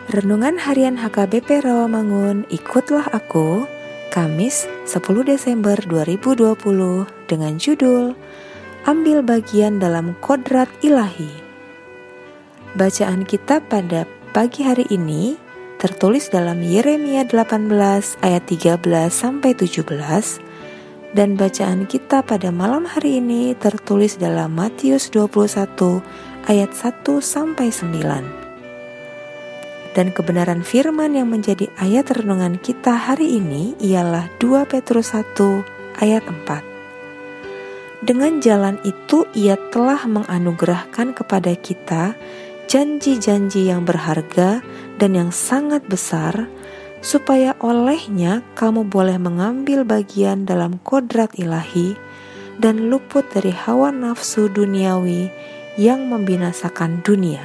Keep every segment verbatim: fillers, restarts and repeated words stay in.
Renungan Harian H K B P Rawamangun, ikutlah aku, Kamis sepuluh Desember dua ribu dua puluh dengan judul Ambil Bagian dalam Kodrat Ilahi. Bacaan kita pada pagi hari ini tertulis dalam Yeremia delapan belas ayat tiga belas sampai tujuh belas dan bacaan kita pada malam hari ini tertulis dalam Matius dua puluh satu ayat satu sampai sembilan. Dan kebenaran firman yang menjadi ayat renungan kita hari ini ialah dua Petrus satu ayat empat. Dengan jalan itu ia telah menganugerahkan kepada kita janji-janji yang berharga dan yang sangat besar, supaya olehnya kamu boleh mengambil bagian dalam kodrat ilahi dan luput dari hawa nafsu duniawi yang membinasakan dunia.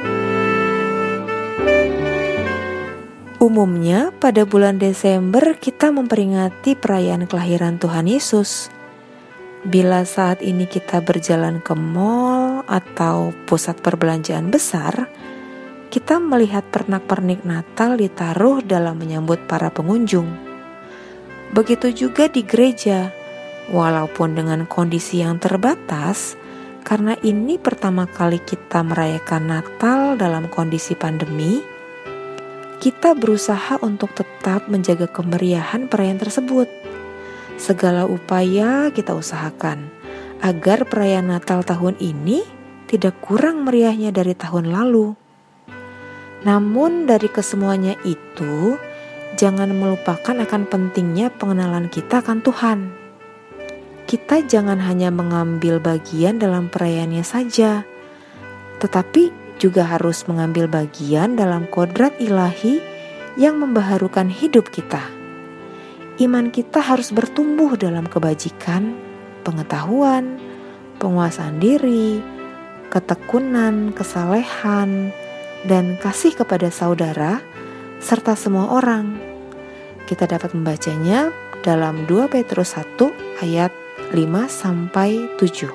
Umumnya pada bulan Desember kita memperingati perayaan kelahiran Tuhan Yesus. Bila saat ini kita berjalan ke mall atau pusat perbelanjaan besar, kita melihat pernak-pernik Natal ditaruh dalam menyambut para pengunjung. Begitu juga di gereja, walaupun dengan kondisi yang terbatas, karena ini pertama kali kita merayakan Natal dalam kondisi pandemi, kita berusaha untuk tetap menjaga kemeriahan perayaan tersebut. Segala upaya kita usahakan agar perayaan Natal tahun ini tidak kurang meriahnya dari tahun lalu. Namun dari kesemuanya itu, jangan melupakan akan pentingnya pengenalan kita akan Tuhan. Kita jangan hanya mengambil bagian dalam perayaannya saja, tetapi juga harus mengambil bagian dalam kodrat ilahi yang membaharukan hidup kita. Iman kita harus bertumbuh dalam kebajikan, pengetahuan, penguasaan diri, ketekunan, kesalehan, dan kasih kepada saudara, serta semua orang. Kita dapat membacanya dalam dua Petrus satu ayat lima sampai tujuh.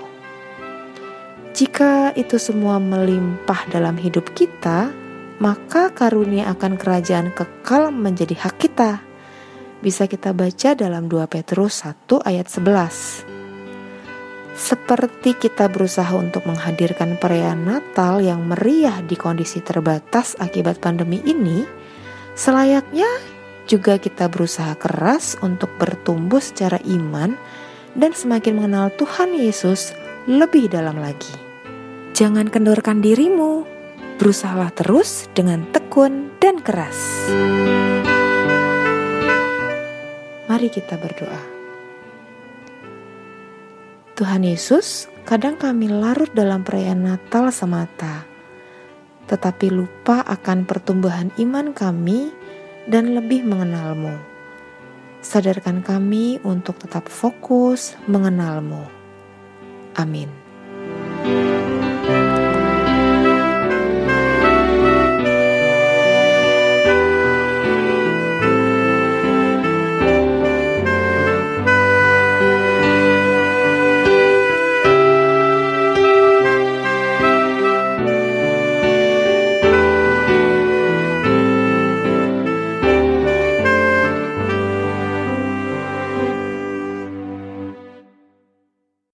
Jika itu semua melimpah dalam hidup kita, maka karunia akan kerajaan kekal menjadi hak kita. Bisa kita baca dalam dua Petrus satu ayat sebelas. Seperti kita berusaha untuk menghadirkan perayaan Natal yang meriah di kondisi terbatas akibat pandemi ini, selayaknya juga kita berusaha keras untuk bertumbuh secara iman dan semakin mengenal Tuhan Yesus lebih dalam lagi. Jangan kendorkan dirimu, berusahalah terus dengan tekun dan keras. Mari kita berdoa. Tuhan Yesus, kadang kami larut dalam perayaan Natal semata, tetapi lupa akan pertumbuhan iman kami dan lebih mengenal-Mu. Sadarkan kami untuk tetap fokus mengenal-Mu. Amin.